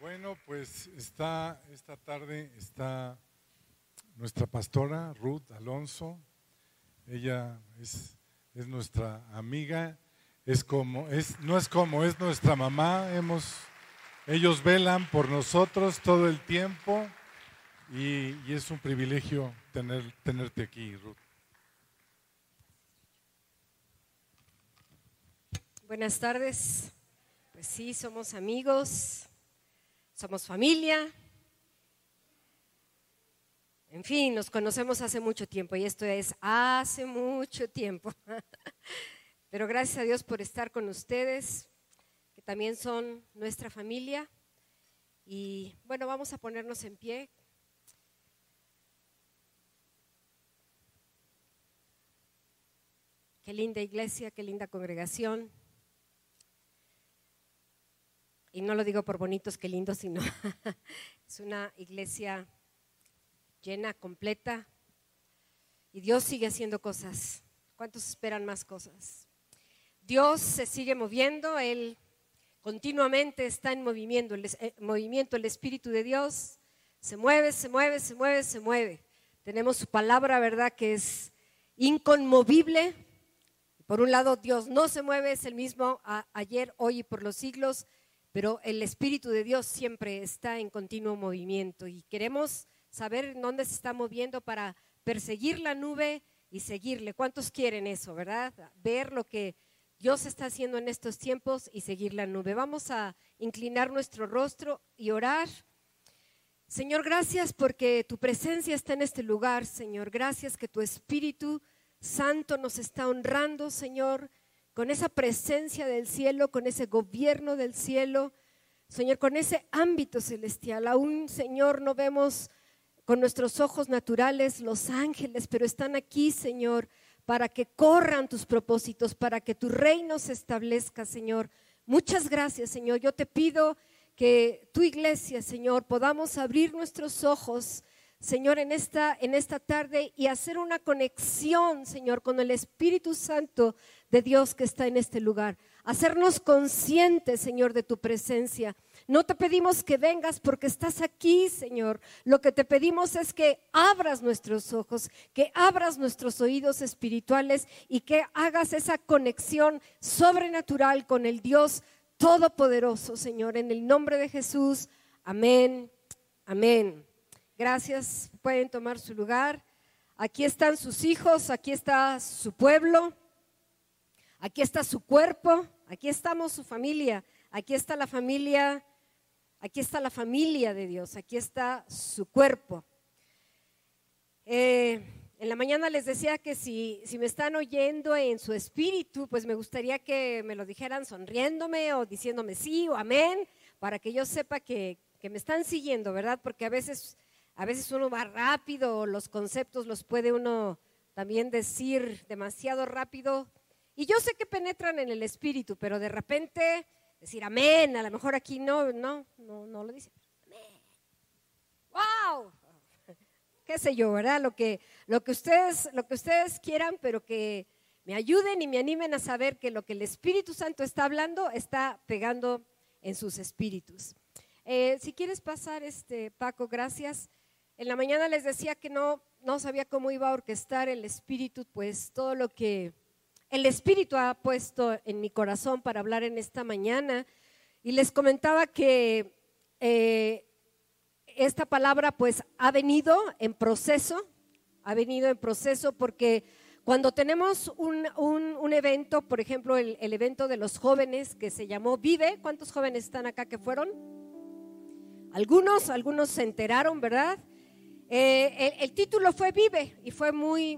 Bueno, pues esta tarde está nuestra pastora Ruth Alonso. Ella es nuestra amiga, es nuestra mamá. Ellos velan por nosotros todo el tiempo y es un privilegio tenerte aquí, Ruth. Buenas tardes. Pues sí, somos amigos, somos familia. En fin, nos conocemos hace mucho tiempo y esto es hace mucho tiempo. Pero gracias a Dios por estar con ustedes, que también son nuestra familia. Y bueno, vamos a ponernos en pie. Qué linda iglesia, qué linda congregación. Y no lo digo por bonitos, qué lindo, sino es una iglesia llena, completa, y Dios sigue haciendo cosas. ¿Cuántos esperan más cosas? Dios se sigue moviendo, Él continuamente está en movimiento, el Espíritu de Dios se mueve, se mueve, se mueve, se mueve. Tenemos su palabra, ¿verdad?, que es inconmovible. Por un lado, Dios no se mueve, es el mismo ayer, hoy y por los siglos, pero el Espíritu de Dios siempre está en continuo movimiento y queremos saber en dónde se está moviendo para perseguir la nube y seguirle. ¿Cuántos quieren eso, verdad? Ver lo que Dios está haciendo en estos tiempos y seguir la nube. Vamos a inclinar nuestro rostro y orar. Señor, gracias porque tu presencia está en este lugar, Señor. Gracias que tu Espíritu Santo nos está honrando, Señor, con esa presencia del cielo, con ese gobierno del cielo, Señor, con ese ámbito celestial. Aún, Señor, no vemos con nuestros ojos naturales los ángeles, pero están aquí, Señor, para que corran tus propósitos, para que tu reino se establezca, Señor. Muchas gracias, Señor. Yo te pido que tu iglesia, Señor, podamos abrir nuestros ojos, Señor, en esta tarde y hacer una conexión, Señor, con el Espíritu Santo de Dios que está en este lugar. Hacernos conscientes, Señor, de tu presencia. No te pedimos que vengas porque estás aquí, Señor. Lo que te pedimos es que abras nuestros ojos, que abras nuestros oídos espirituales y que hagas esa conexión sobrenatural con el Dios Todopoderoso, Señor. En el nombre de Jesús, amén, amén. Gracias, pueden tomar su lugar. Aquí están sus hijos, aquí está su pueblo, aquí está su cuerpo, aquí estamos su familia, aquí está la familia de Dios, aquí está su cuerpo. En la mañana les decía que si me están oyendo en su espíritu, pues me gustaría que me lo dijeran sonriéndome o diciéndome sí o amén, para que yo sepa que me están siguiendo, ¿verdad? Porque a veces uno va rápido, los conceptos los puede uno también decir demasiado rápido. Y yo sé que penetran en el espíritu, pero de repente decir amén, a lo mejor aquí no lo dicen. Amén. ¡Wow! Qué sé yo, ¿verdad? Lo que ustedes quieran, pero que me ayuden y me animen a saber que lo que el Espíritu Santo está hablando está pegando en sus espíritus. Si quieres pasar, Paco, gracias. En la mañana les decía que no sabía cómo iba a orquestar el Espíritu, pues todo lo que el Espíritu ha puesto en mi corazón para hablar en esta mañana. Y les comentaba que esta palabra pues ha venido en proceso porque cuando tenemos un evento, por ejemplo el evento de los jóvenes que se llamó Vive. ¿Cuántos jóvenes están acá que fueron? Algunos se enteraron, ¿verdad? El título fue Vive y fue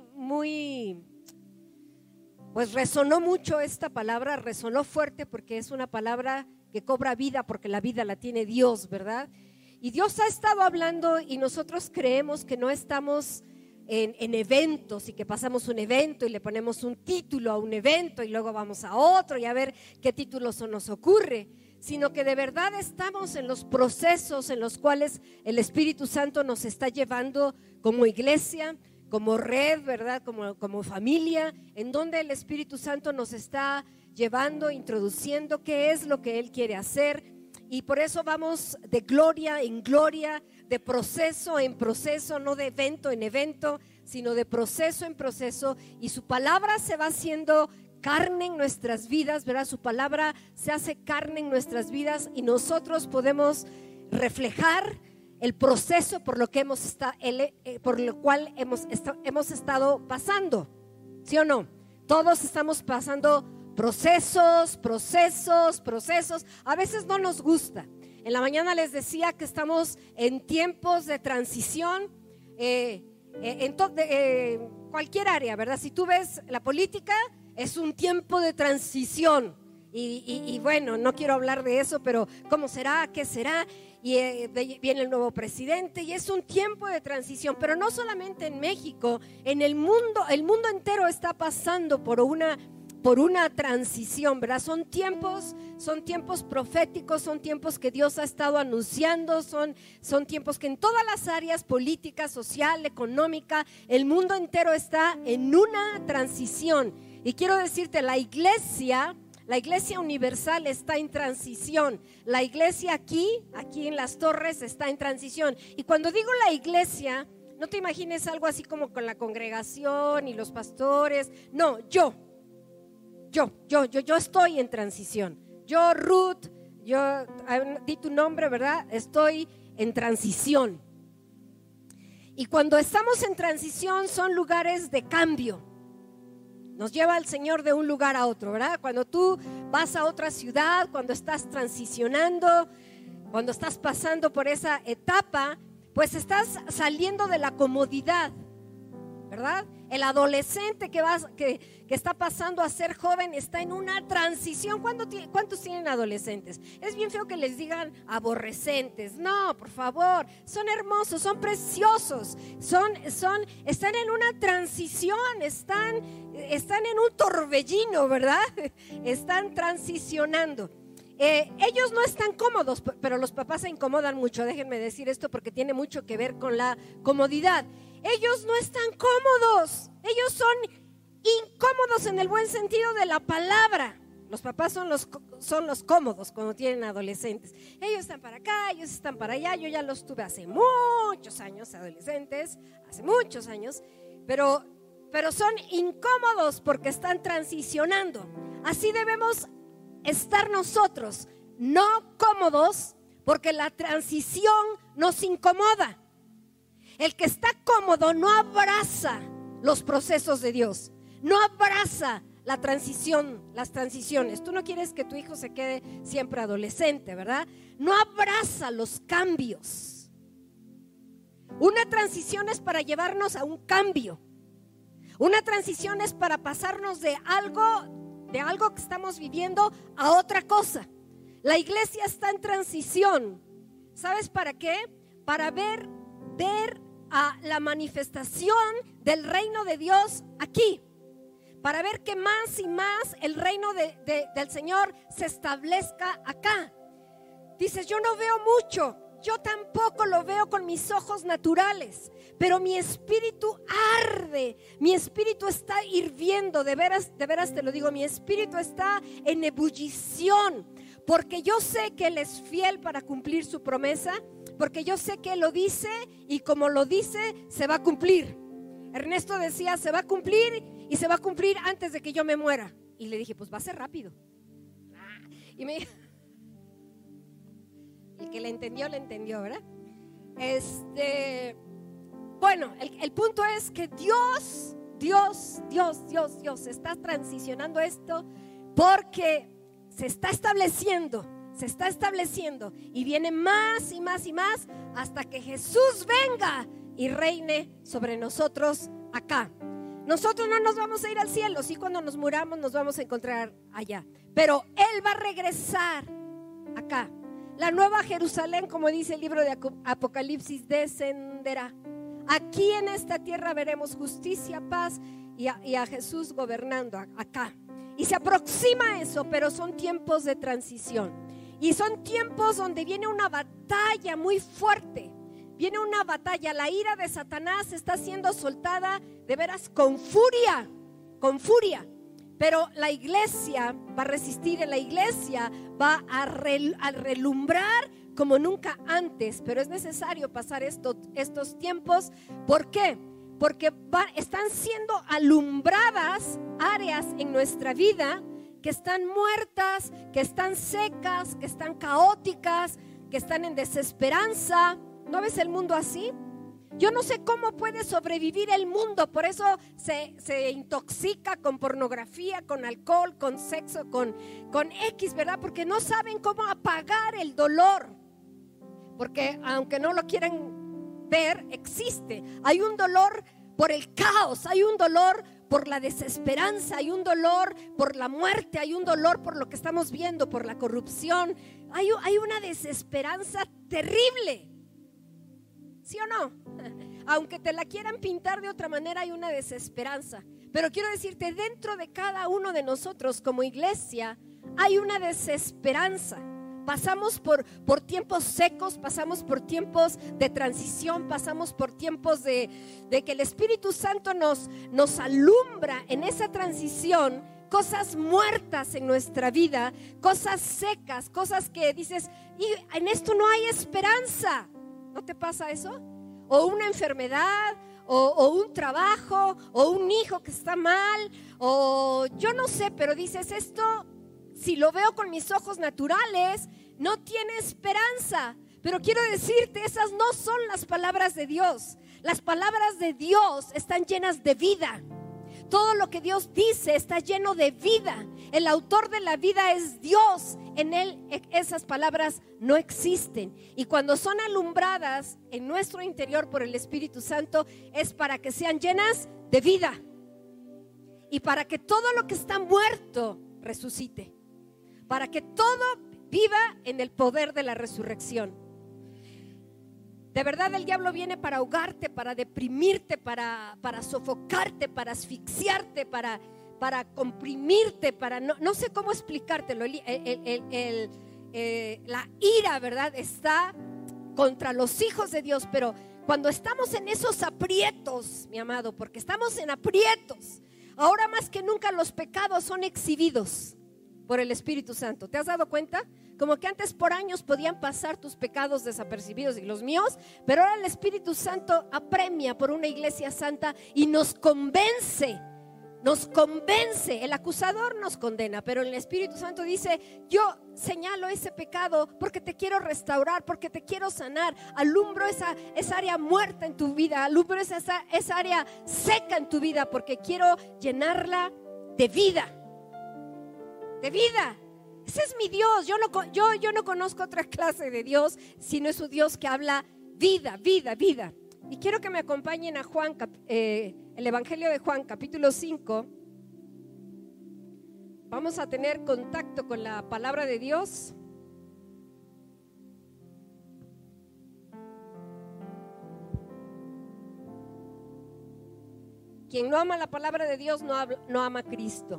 pues resonó mucho esta palabra, resonó fuerte porque es una palabra que cobra vida porque la vida la tiene Dios, ¿verdad? Y Dios ha estado hablando y nosotros creemos que no estamos en eventos y que pasamos un evento y le ponemos un título a un evento y luego vamos a otro y a ver qué título se nos ocurre, sino que de verdad estamos en los procesos en los cuales el Espíritu Santo nos está llevando como iglesia, como red, ¿verdad? Como familia, en donde el Espíritu Santo nos está llevando, introduciendo qué es lo que Él quiere hacer. y por eso vamos de gloria en gloria, de proceso en proceso, no de evento en evento, sino de proceso en proceso, y su palabra se va haciendo carne en nuestras vidas, ¿verdad? Su palabra se hace carne en nuestras vidas y nosotros podemos reflejar el proceso por lo que por lo cual hemos estado pasando, ¿sí o no? Todos estamos pasando procesos. A veces no nos gusta. En la mañana les decía que estamos en tiempos de transición en cualquier área, ¿verdad? Si tú ves la política, es un tiempo de transición. Y bueno, no quiero hablar de eso, pero ¿cómo será? ¿Qué será? Y viene el nuevo presidente y es un tiempo de transición. Pero no solamente en México, en el mundo entero está pasando por una transición, ¿verdad? Son tiempos proféticos, son tiempos que Dios ha estado anunciando, son tiempos que en todas las áreas política, social, económica, el mundo entero está en una transición. Y quiero decirte, la iglesia universal está en transición. La iglesia aquí en Las Torres está en transición. Y cuando digo la iglesia, no te imagines algo así como con la congregación y los pastores. No, yo estoy en transición. Yo, Ruth, di tu nombre, ¿verdad? Estoy en transición. Y cuando estamos en transición son lugares de cambio. Nos lleva el Señor de un lugar a otro, ¿verdad? Cuando tú vas a otra ciudad, cuando estás transicionando, cuando estás pasando por esa etapa, pues estás saliendo de la comodidad, ¿verdad? El adolescente que está pasando a ser joven está en una transición. ¿Cuántos tienen adolescentes? Es bien feo que les digan aborrecentes. No, por favor, son hermosos, son preciosos, están en una transición, están en un torbellino, ¿verdad? Están transicionando. Ellos no están cómodos, pero los papás se incomodan mucho. Déjenme decir esto porque tiene mucho que ver con la comodidad. Ellos no están cómodos, ellos son incómodos en el buen sentido de la palabra. Los papás son los cómodos cuando tienen adolescentes. Ellos están para acá, ellos están para allá. Yo ya los tuve hace muchos años, adolescentes, hace muchos años, pero son incómodos porque están transicionando. Así debemos estar nosotros, no cómodos, porque la transición nos incomoda. El que está cómodo no abraza los procesos de Dios, no abraza las transiciones. Tú no quieres que tu hijo se quede siempre adolescente, ¿verdad? No abraza los cambios. Una transición es para llevarnos a un cambio. Una transición es para pasarnos de algo que estamos viviendo a otra cosa. La iglesia está en transición. ¿Sabes para qué? Para ver a la manifestación del reino de Dios aquí. Para ver que más y más el reino del Señor se establezca acá. Dices, yo no veo mucho. Yo tampoco lo veo con mis ojos naturales, pero mi espíritu arde, mi espíritu está hirviendo, de veras te lo digo, mi espíritu está en ebullición, porque yo sé que Él es fiel para cumplir su promesa, porque yo sé que Él lo dice y como lo dice, se va a cumplir. Ernesto decía, se va a cumplir y se va a cumplir antes de que yo me muera. Y le dije, pues va a ser rápido. Y me dijo, el que le entendió, ¿verdad? Bueno, el punto es que Dios está transicionando esto porque se está estableciendo y viene más y más y más hasta que Jesús venga y reine sobre nosotros acá. Nosotros no nos vamos a ir al cielo, sí, cuando nos muramos nos vamos a encontrar allá, pero Él va a regresar acá. La nueva Jerusalén, como dice el libro de Apocalipsis, descenderá. Aquí en esta tierra veremos justicia, paz y a Jesús gobernando acá. Y se aproxima eso, pero son tiempos de transición. Y son tiempos donde viene una batalla muy fuerte. Viene una batalla, la ira de Satanás está siendo soltada de veras con furia. Pero la iglesia va a resistir, la iglesia va a relumbrar como nunca antes. Pero es necesario pasar estos tiempos. ¿Por qué? Porque están siendo alumbradas áreas en nuestra vida que están muertas, que están secas, que están caóticas, que están en desesperanza. ¿No ves el mundo así? Yo no sé cómo puede sobrevivir el mundo, por eso se intoxica con pornografía, con alcohol, con sexo, con X, ¿verdad? Porque no saben cómo apagar el dolor. Porque aunque no lo quieran ver, existe. Hay un dolor por el caos, hay un dolor por la desesperanza, hay un dolor por la muerte, hay un dolor por lo que estamos viendo, por la corrupción. Hay una desesperanza terrible. ¿Sí o no? Aunque te la quieran pintar de otra manera, hay una desesperanza. Pero quiero decirte, dentro de cada uno de nosotros como iglesia hay una desesperanza. Pasamos por tiempos secos, pasamos por tiempos de transición, pasamos por tiempos de que el Espíritu Santo nos alumbra en esa transición. Cosas muertas en nuestra vida, cosas secas, cosas que dices, y en esto no hay esperanza. ¿No te pasa eso? O una enfermedad, o un trabajo, o un hijo que está mal, o yo no sé, pero dices, esto, si lo veo con mis ojos naturales, no tiene esperanza. Pero quiero decirte, esas no son las palabras de Dios. Las palabras de Dios están llenas de vida. Todo lo que Dios dice está lleno de vida. El autor de la vida es Dios. En Él esas palabras no existen. Y cuando son alumbradas en nuestro interior por el Espíritu Santo, es para que sean llenas de vida. Y para que todo lo que está muerto resucite. Para que todo viva en el poder de la resurrección. De verdad el diablo viene para ahogarte, para deprimirte, para sofocarte, para asfixiarte, para comprimirte, para no sé cómo explicártelo. La ira, ¿verdad? Está contra los hijos de Dios, pero cuando estamos en esos aprietos, mi amado, porque estamos en aprietos, ahora más que nunca los pecados son exhibidos por el Espíritu Santo. ¿Te has dado cuenta? Como que antes por años podían pasar tus pecados desapercibidos y los míos, pero ahora el Espíritu Santo apremia por una iglesia santa y nos convence. El acusador nos condena, pero el Espíritu Santo dice, yo señalo ese pecado porque te quiero restaurar, porque te quiero sanar. Alumbro esa área muerta en tu vida, alumbro esa área seca en tu vida, porque quiero llenarla de vida. De vida. Ese es mi Dios. Yo no conozco otra clase de Dios, sino es un Dios que habla vida, vida, vida. Y quiero que me acompañen a Juan, el Evangelio de Juan, capítulo 5. Vamos a tener contacto con la palabra de Dios. Quien no ama la palabra de Dios no ama a Cristo.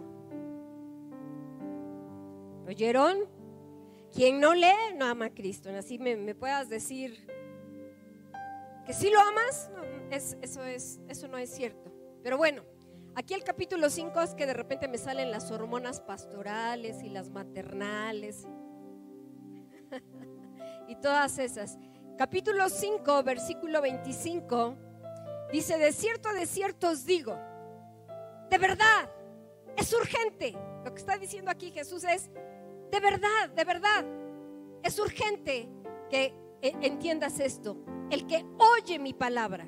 ¿Oyeron? Quien no lee no ama a Cristo. Así me puedas decir que sí lo amas, no, eso no es cierto. Pero bueno, aquí el capítulo 5 es que de repente me salen las hormonas pastorales y las maternales y todas esas. Capítulo 5, versículo 25 dice: de cierto os digo, de verdad, es urgente. Lo que está diciendo aquí Jesús es: de verdad, es urgente que entiendas esto. El que oye mi palabra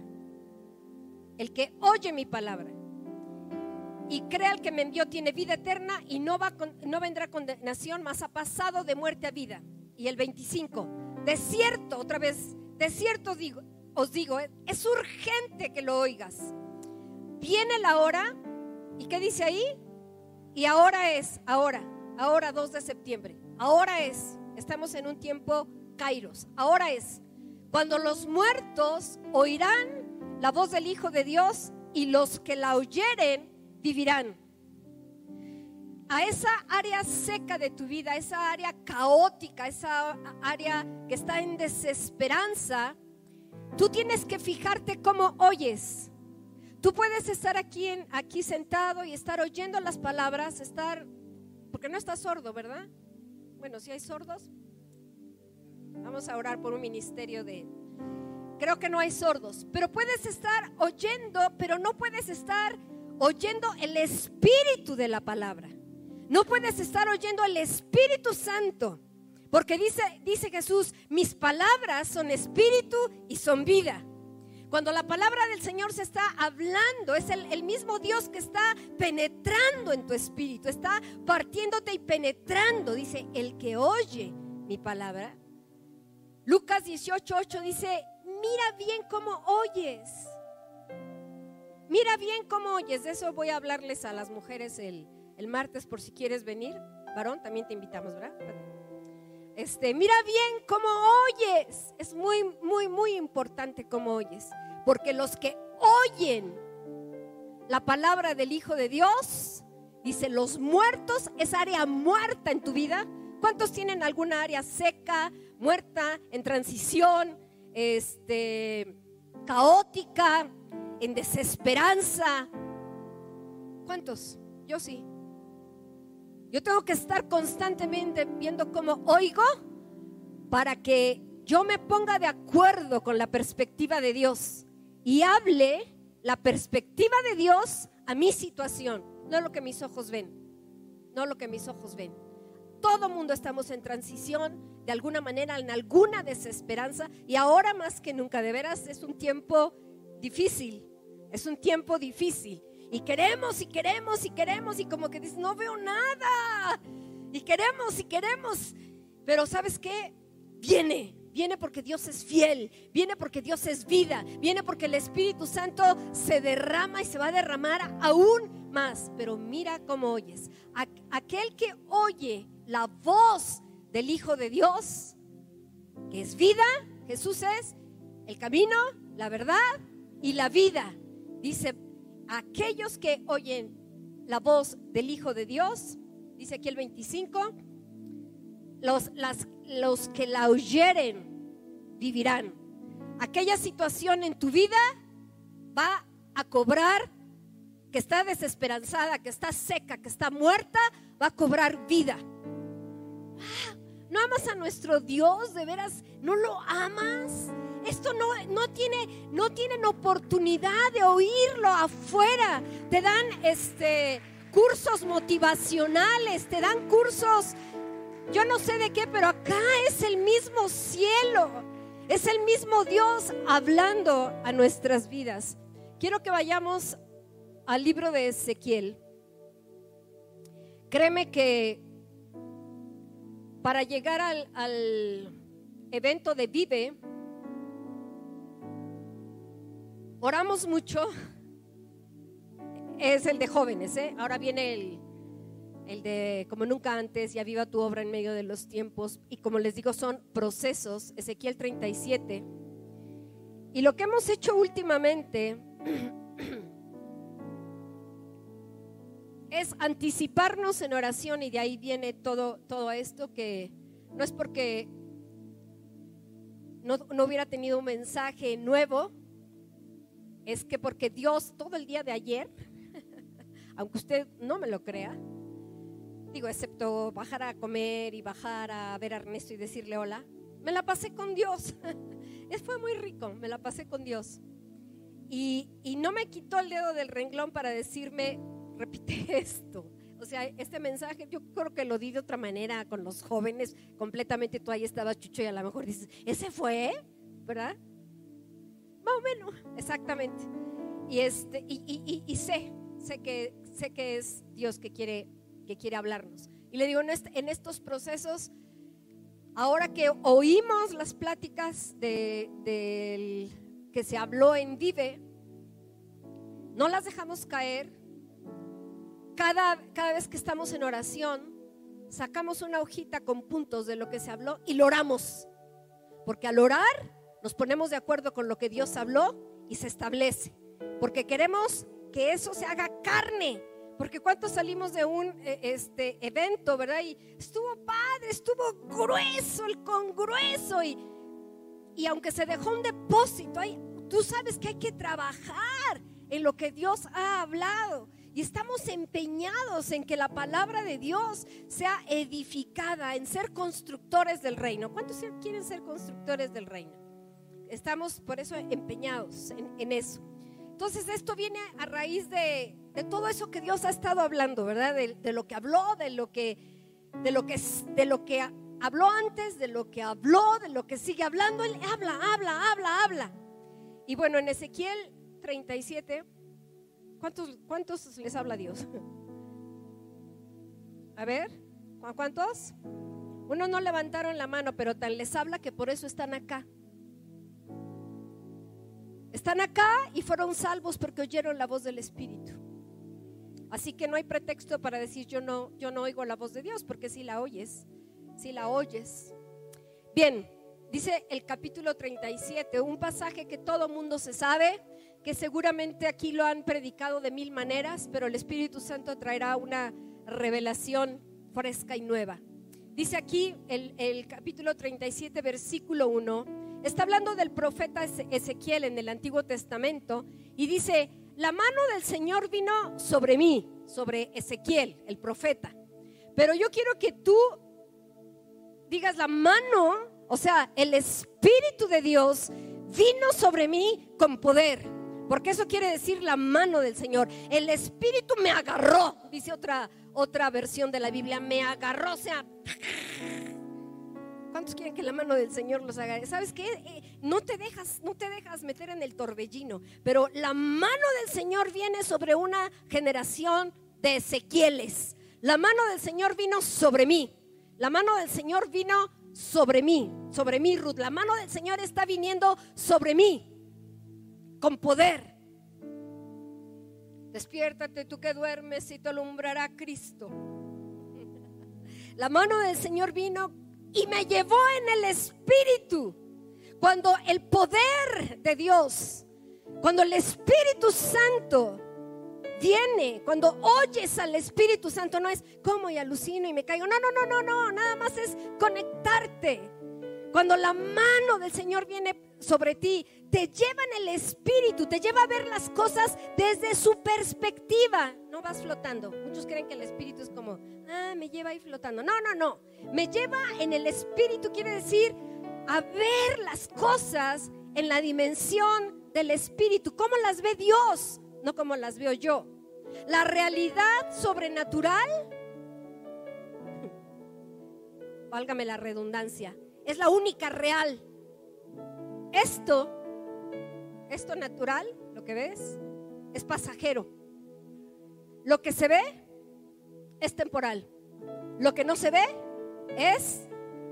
y crea al que me envió tiene vida eterna y no vendrá condenación, mas ha pasado de muerte a vida. Y el 25, de cierto, otra vez, de cierto os digo, es urgente que lo oigas. Viene la hora, ¿y qué dice ahí? Y ahora 2 de septiembre, estamos en un tiempo Kairos, ahora es cuando los muertos oirán la voz del Hijo de Dios y los que la oyeren vivirán. A esa área seca de tu vida, esa área caótica, esa área que está en desesperanza, tú tienes que fijarte cómo oyes. Tú puedes estar aquí sentado y estar oyendo las palabras, porque no estás sordo, ¿verdad? Bueno, si hay sordos, vamos a orar por un ministerio creo que no hay sordos, pero puedes estar oyendo, pero no puedes estar oyendo el espíritu de la palabra. No puedes estar oyendo el Espíritu Santo, porque dice Jesús, mis palabras son espíritu y son vida. Cuando la palabra del Señor se está hablando, es el mismo Dios que está penetrando en tu espíritu, está partiéndote y penetrando. Dice, el que oye mi palabra. Lucas 18:8 dice, mira bien cómo oyes. Mira bien cómo oyes. De eso voy a hablarles a las mujeres el martes, por si quieres venir. Varón, también te invitamos, ¿verdad? Mira bien cómo oyes. Es muy, muy, muy importante cómo oyes, porque los que oyen la palabra del Hijo de Dios, dice, los muertos, es área muerta en tu vida. ¿Cuántos tienen alguna área seca, muerta, en transición, caótica, en desesperanza? ¿Cuántos? Yo sí. Yo tengo que estar constantemente viendo cómo oigo para que yo me ponga de acuerdo con la perspectiva de Dios y hable la perspectiva de Dios a mi situación, no lo que mis ojos ven, no lo que mis ojos ven. Todo mundo estamos en transición, de alguna manera, en alguna desesperanza, y ahora más que nunca, de veras, es un tiempo difícil, es un tiempo difícil. Y queremos, y como que dices, no veo nada. Y queremos. Pero ¿sabes qué? Viene porque Dios es fiel, viene porque Dios es vida, viene porque el Espíritu Santo se derrama y se va a derramar aún más. Pero mira cómo oyes. Aquel que oye la voz del Hijo de Dios, que es vida, Jesús es el camino, la verdad y la vida. Dice, aquellos que oyen la voz del Hijo de Dios, dice aquí el 25, los que la oyeren vivirán. Aquella situación en tu vida va a cobrar, que está desesperanzada, que está seca, que está muerta, va a cobrar vida. ¿No amas a nuestro Dios? ¿De veras no lo amas? Esto no tienen oportunidad de oírlo afuera. Te dan cursos motivacionales, te dan cursos, yo no sé de qué, pero acá es el mismo cielo, es el mismo Dios hablando a nuestras vidas. Quiero que vayamos al libro de Ezequiel. Créeme que para llegar al evento de Vive, oramos mucho. Es el de jóvenes, ahora viene el de como nunca antes, y aviva tu obra en medio de los tiempos. Y como les digo, son procesos. Ezequiel 37. Y lo que hemos hecho últimamente es anticiparnos en oración, y de ahí viene todo esto, que no es porque no hubiera tenido un mensaje nuevo, es que porque Dios todo el día de ayer, aunque usted no me lo crea, digo, excepto bajar a comer y bajar a ver a Ernesto y decirle hola, me la pasé con Dios. Fue muy rico, me la pasé con Dios, y no me quitó el dedo del renglón para decirme, repite esto. O sea, este mensaje yo creo que lo di de otra manera con los jóvenes completamente. Tú ahí estabas, Chucho, y a lo mejor dices, ese fue, ¿verdad? Más o menos, exactamente. Y sé que es Dios que quiere hablarnos. Y le digo, en estos procesos, ahora que oímos las pláticas del que se habló en Vive, no las dejamos caer. Cada vez que estamos en oración, sacamos una hojita con puntos de lo que se habló y lo oramos. Porque al orar nos ponemos de acuerdo con lo que Dios habló y se establece. Porque queremos que eso se haga carne. Porque ¿cuántos salimos de un evento, verdad? Y estuvo padre, estuvo grueso, el congrueso. Y aunque se dejó un depósito ahí, tú sabes que hay que trabajar en lo que Dios ha hablado. Y estamos empeñados en que la palabra de Dios sea edificada, en ser constructores del reino. ¿Cuántos quieren ser constructores del reino? Estamos por eso empeñados en eso. Entonces esto viene a raíz de todo eso que Dios ha estado hablando, ¿verdad? De lo que habló, de lo que habló antes, de lo que habló, de lo que sigue hablando. Él habla. Y bueno, en Ezequiel 37, ¿cuántos les habla Dios? A ver, ¿cuántos? Unos no levantaron la mano, pero tan les habla que por eso están acá. Están acá y fueron salvos porque oyeron la voz del Espíritu. Así que no hay pretexto para decir yo no oigo la voz de Dios, porque si la oyes. Bien, dice el capítulo 37, un pasaje que todo mundo se sabe, que seguramente aquí lo han predicado de mil maneras, pero el Espíritu Santo traerá una revelación fresca y nueva. Dice aquí el capítulo 37, versículo 1. Está hablando del profeta Ezequiel en el Antiguo Testamento y dice: la mano del Señor vino sobre mí, sobre Ezequiel, el profeta. Pero yo quiero que tú digas la mano, o sea, el Espíritu de Dios vino sobre mí con poder, porque eso quiere decir la mano del Señor. El Espíritu me agarró, dice otra versión de la Biblia, me agarró, o sea, ¿cuántos quieren que la mano del Señor los agarre? ¿Sabes qué? No te dejas meter en el torbellino, pero la mano del Señor viene sobre una generación de Ezequieles. La mano del Señor vino sobre mí. La mano del Señor vino sobre mí, Ruth. La mano del Señor está viniendo sobre mí con poder. Despiértate tú que duermes y te alumbrará Cristo. La mano del Señor vino y me llevó en el Espíritu. Cuando el poder de Dios, cuando el Espíritu Santo viene, cuando oyes al Espíritu Santo, no es como y alucino y me caigo. No, nada más es conectarte. Cuando la mano del Señor viene sobre ti, te lleva en el Espíritu, te lleva a ver las cosas desde su perspectiva. No vas flotando. Muchos creen que el Espíritu es como, me lleva ahí flotando. No, me lleva en el Espíritu, quiere decir a ver las cosas en la dimensión del Espíritu, cómo las ve Dios, no como las veo yo. La realidad sobrenatural, válgame la redundancia, es la única real. Esto natural, lo que ves, es pasajero. Lo que se ve es temporal. Lo que no se ve es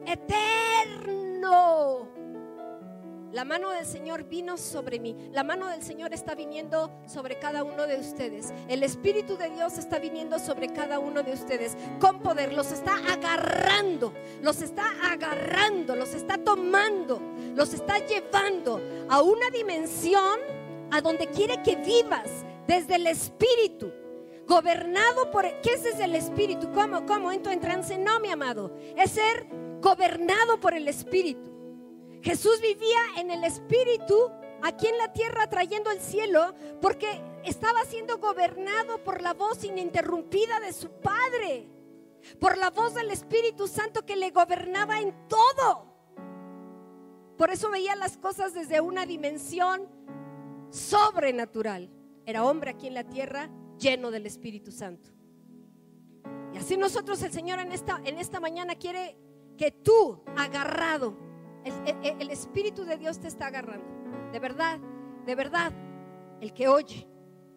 eterno. La mano del Señor vino sobre mí. La mano del Señor está viniendo sobre cada uno de ustedes. El Espíritu de Dios está viniendo sobre cada uno de ustedes con poder. Los está agarrando, los está tomando, los está llevando a una dimensión a donde quiere que vivas desde el Espíritu. Gobernado por, ¿qué es desde el Espíritu? ¿Cómo? ¿Entro en trance? No, mi amado. Es ser gobernado por el Espíritu. Jesús vivía en el Espíritu aquí en la tierra trayendo el cielo porque estaba siendo gobernado por la voz ininterrumpida de su Padre, por la voz del Espíritu Santo que le gobernaba en todo. Por eso veía las cosas desde una dimensión sobrenatural. Era hombre aquí en la tierra lleno del Espíritu Santo. Y así nosotros, el Señor en esta mañana quiere que tú, agarrado, el Espíritu de Dios te está agarrando. De verdad, el que oye,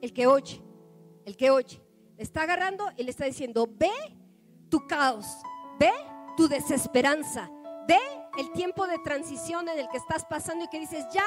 le está agarrando y le está diciendo: ve tu caos, ve tu desesperanza, ve el tiempo de transición en el que estás pasando y que dices: ya,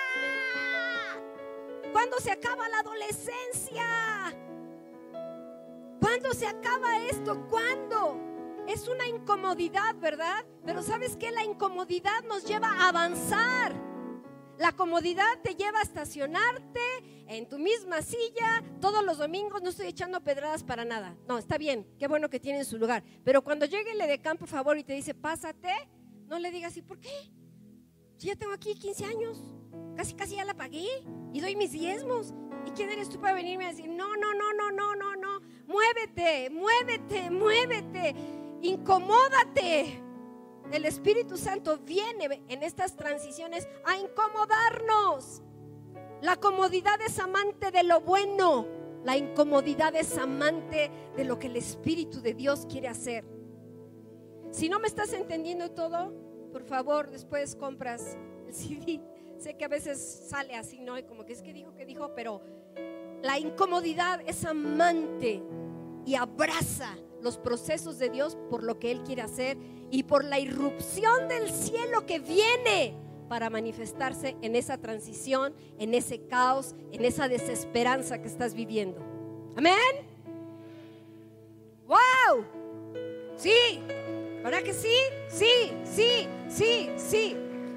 ¿cuándo se acaba la adolescencia? ¿Cuándo se acaba esto? ¿Cuándo? Es una incomodidad, ¿verdad? Pero ¿sabes qué? La incomodidad nos lleva a avanzar. La comodidad te lleva a estacionarte en tu misma silla todos los domingos. No estoy echando pedradas para nada. No, está bien, qué bueno que tienen su lugar. Pero cuando llegue el edecán, por favor, y te dice: pásate, no le digas: ¿y por qué? Si ya tengo aquí 15 años, casi ya la pagué y doy mis diezmos. ¿Y quién eres tú para venirme a decir, no, muévete, muévete, muévete, incomódate. El Espíritu Santo viene en estas transiciones a incomodarnos. La comodidad es amante de lo bueno, la incomodidad es amante de lo que el Espíritu de Dios quiere hacer. Si no me estás entendiendo todo, por favor, después compras el CD. Sé que a veces sale así, ¿no? Y como que es que dijo, pero la incomodidad es amante y abraza los procesos de Dios por lo que Él quiere hacer y por la irrupción del cielo que viene para manifestarse en esa transición, en ese caos, en esa desesperanza que estás viviendo. Amén. ¡Wow! Sí, ¿verdad que sí? Sí, sí, sí, sí.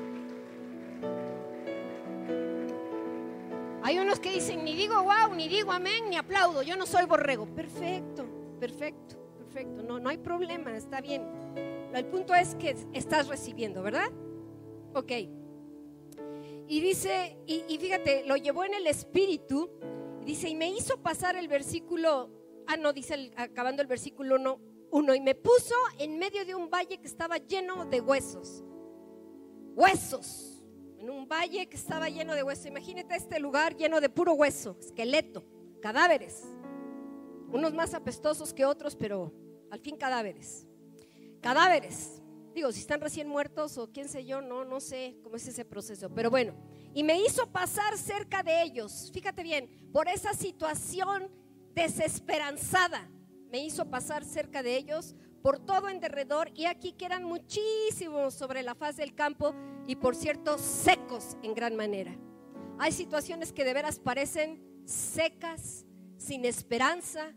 Hay unos que dicen, ni digo wow, ni digo amén, ni aplaudo, yo no soy borrego. Perfecto, perfecto, perfecto, no hay problema, está bien. El punto es que estás recibiendo, ¿verdad? Ok. Y dice, y fíjate, lo llevó en el Espíritu, dice, y me hizo pasar el versículo, dice acabando el versículo 1, y me puso en medio de un valle que estaba lleno de huesos. Huesos. En un valle que estaba lleno de huesos. Imagínate este lugar lleno de puro hueso, esqueleto, cadáveres. Unos más apestosos que otros, pero al fin cadáveres. Cadáveres. Digo, si están recién muertos o quién sé yo, no sé cómo es ese proceso. Pero bueno, y me hizo pasar cerca de ellos. Fíjate bien, por esa situación desesperanzada, me hizo pasar cerca de ellos por todo en derredor, y aquí que eran muchísimos sobre la faz del campo, y por cierto secos en gran manera. Hay situaciones que de veras parecen secas, sin esperanza,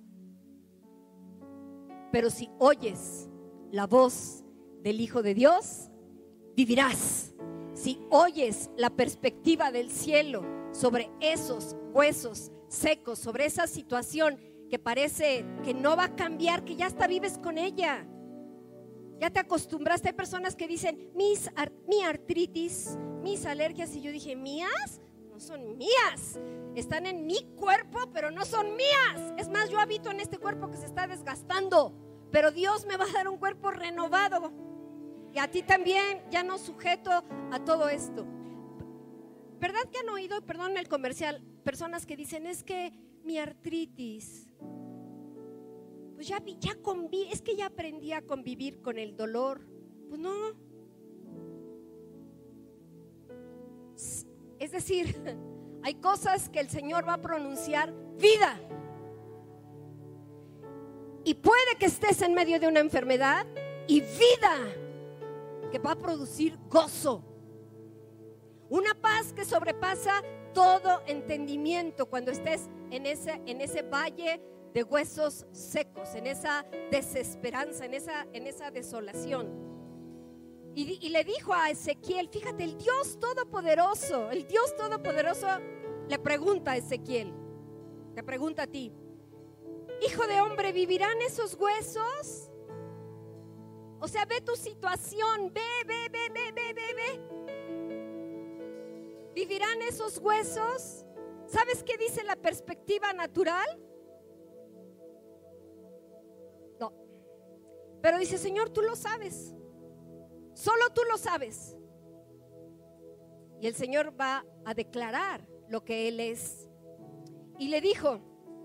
pero si oyes la voz del Hijo de Dios, vivirás. Si oyes la perspectiva del cielo sobre esos huesos secos, sobre esa situación que parece que no va a cambiar, que ya hasta vives con ella, ya te acostumbraste. Hay personas que dicen, mi artritis, mis alergias, y yo dije, ¿mías? No son mías, están en mi cuerpo, pero no son mías. Es más, yo habito en este cuerpo que se está desgastando, pero Dios me va a dar un cuerpo renovado, y a ti también, ya no sujeto a todo esto. ¿Verdad que han oído, perdón el comercial, personas que dicen, es que mi artritis, pues ya conviví, es que ya aprendí a convivir con el dolor? Pues no. Es decir, hay cosas que el Señor va a pronunciar vida. Y puede que estés en medio de una enfermedad y vida que va a producir gozo. Una paz que sobrepasa todo entendimiento cuando estés en ese valle de huesos secos, en esa desesperanza, en esa desolación. Y le dijo a Ezequiel, fíjate, el Dios Todopoderoso le pregunta a Ezequiel, te pregunta a ti, hijo de hombre, ¿vivirán esos huesos? O sea, ve tu situación, ve. ¿Vivirán esos huesos? ¿Sabes qué dice la perspectiva natural? No. Pero dice, Señor, tú lo sabes. Solo tú lo sabes. Y el Señor va a declarar lo que Él es. Y le dijo,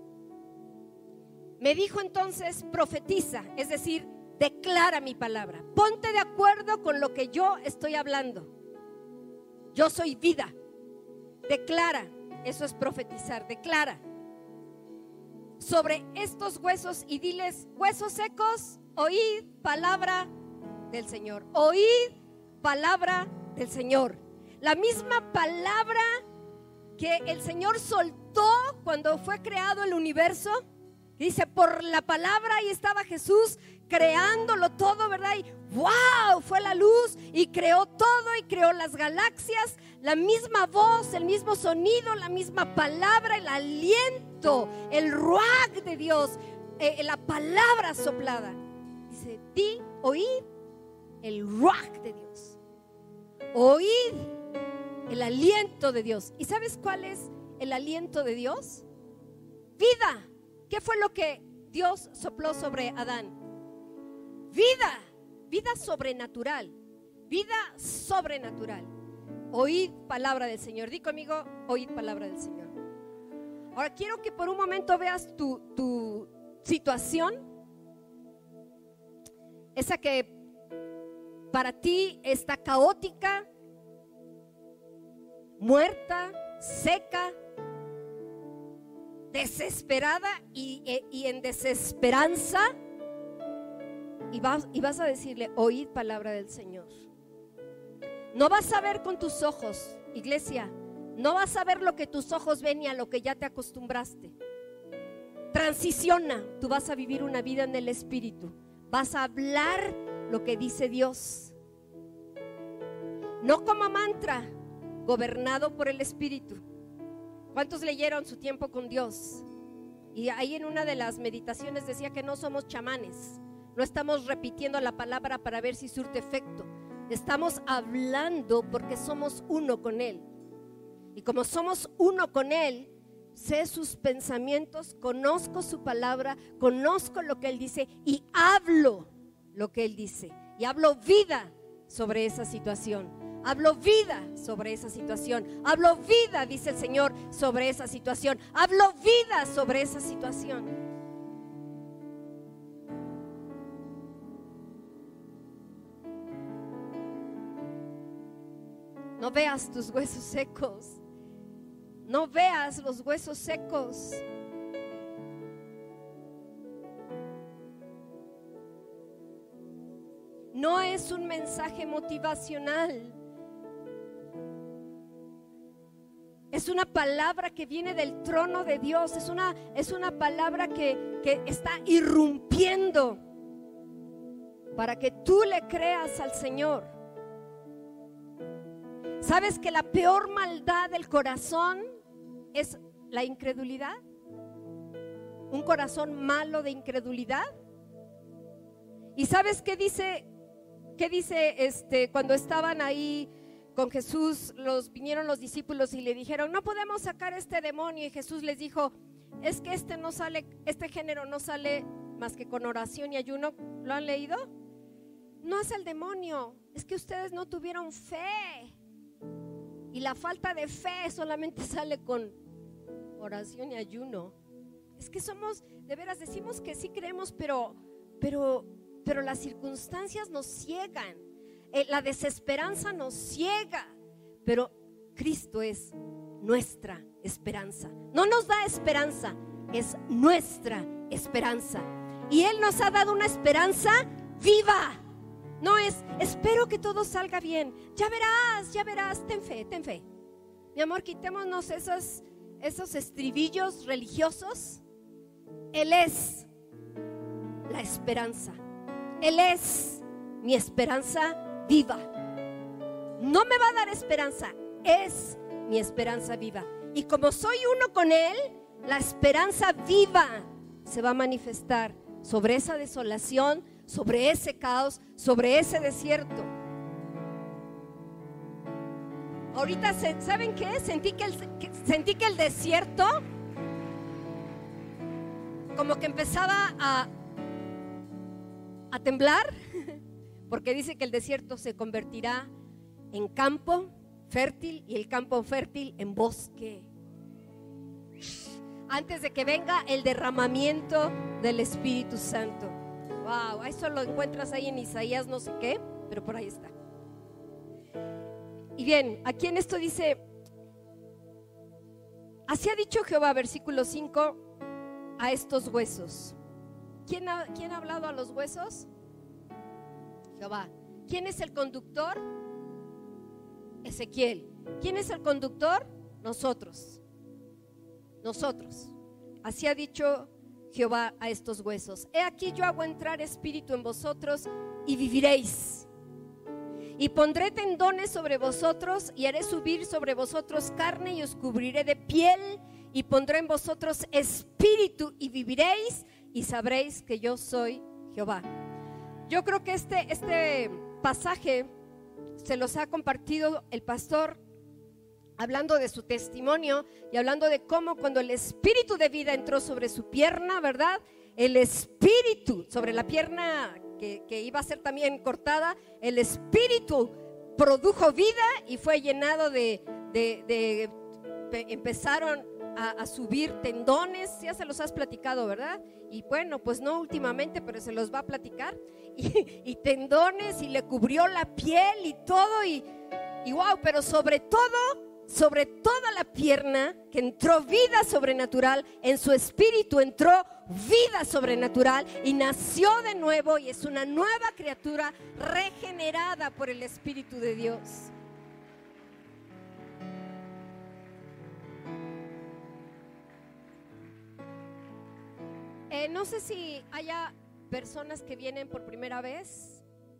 me dijo entonces, profetiza, es decir, declara mi palabra. Ponte de acuerdo con lo que yo estoy hablando. Yo soy vida. Declara, eso es profetizar, declara sobre estos huesos y diles, huesos secos, oíd palabra del Señor. Oíd palabra del Señor. La misma palabra que el Señor soltó cuando fue creado el universo. Dice, por la palabra ahí estaba Jesús creándolo todo, ¿verdad? Y wow, fue la luz y creó todo y creó las galaxias. La misma voz, el mismo sonido, la misma palabra, el aliento, el ruach de Dios, la palabra soplada. Dice, oíd el ruach de Dios. Oíd el aliento de Dios. ¿Y sabes cuál es el aliento de Dios? Vida. ¿Qué fue lo que Dios sopló sobre Adán? Vida. Vida sobrenatural. Vida sobrenatural. Oíd palabra del Señor. Di conmigo, oíd palabra del Señor. Ahora quiero que por un momento veas tu situación, esa que para ti está caótica, muerta, seca, desesperada y en desesperanza, y vas a decirle, oíd palabra del Señor. No vas a ver con tus ojos, iglesia, no vas a ver lo que tus ojos ven ni a lo que ya te acostumbraste. Transiciona, tú vas a vivir una vida en el Espíritu, vas a hablar lo que dice Dios, no como mantra, gobernado por el Espíritu. ¿Cuántos leyeron su tiempo con Dios? Y ahí en una de las meditaciones decía que no somos chamanes, no estamos repitiendo la palabra para ver si surte efecto, estamos hablando porque somos uno con Él. Y como somos uno con Él, sé sus pensamientos, conozco su palabra, conozco lo que Él dice y hablo lo que Él dice. Y hablo vida sobre esa situación. Hablo vida sobre esa situación. Hablo vida, dice el Señor, sobre esa situación. Hablo vida sobre esa situación. No veas tus huesos secos. No veas los huesos secos. No es un mensaje motivacional. Es una palabra que viene del trono de Dios. Es una palabra que está irrumpiendo para que tú le creas al Señor. ¿Sabes que la peor maldad del corazón es la incredulidad? Un corazón malo de incredulidad. ¿Y sabes qué dice cuando estaban ahí con Jesús? Vinieron los discípulos y le dijeron, no podemos sacar este demonio. Y Jesús les dijo, es que este género no sale más que con oración y ayuno. ¿Lo han leído? No es el demonio, es que ustedes no tuvieron fe. Y la falta de fe solamente sale con oración y ayuno. Es que somos, de veras, decimos que sí creemos, pero las circunstancias nos ciegan. La desesperanza nos ciega. Pero Cristo es nuestra esperanza. No nos da esperanza, es nuestra esperanza. Y Él nos ha dado una esperanza viva. No es, espero que todo salga bien. Ya verás, ten fe. Mi amor, quitémonos esos estribillos religiosos. Él es la esperanza. Él es mi esperanza viva. No me va a dar esperanza, es mi esperanza viva. Y como soy uno con Él, la esperanza viva se va a manifestar sobre esa desolación, sobre ese caos, sobre ese desierto. Ahorita, ¿saben qué? Sentí que el desierto como que empezaba a temblar, porque dice que el desierto se convertirá en campo fértil y el campo fértil en bosque. Antes de que venga el derramamiento del Espíritu Santo. Wow, eso lo encuentras ahí en Isaías no sé qué, pero por ahí está. Y bien, aquí en esto dice, así ha dicho Jehová, versículo 5, a estos huesos. ¿Quién ha hablado a los huesos? Jehová. ¿Quién es el conductor? Ezequiel. ¿Quién es el conductor? Nosotros. Así ha dicho Jehová a estos huesos. He aquí yo hago entrar espíritu en vosotros y viviréis. Y pondré tendones sobre vosotros y haré subir sobre vosotros carne y os cubriré de piel y pondré en vosotros espíritu y viviréis y sabréis que yo soy Jehová. Yo creo que este pasaje se los ha compartido el pastor hablando de su testimonio y hablando de cómo cuando el espíritu de vida entró sobre su pierna, ¿verdad? El espíritu sobre la pierna que iba a ser también cortada, el espíritu produjo vida y fue llenado empezaron a subir tendones. Ya se los has platicado, ¿verdad? Y bueno, pues no últimamente, pero se los va a platicar. Y tendones, y le cubrió la piel y todo, y wow, pero sobre toda la pierna, que entró vida sobrenatural, en su espíritu entró vida sobrenatural y nació de nuevo y es una nueva criatura regenerada por el Espíritu de Dios. No sé si haya personas que vienen por primera vez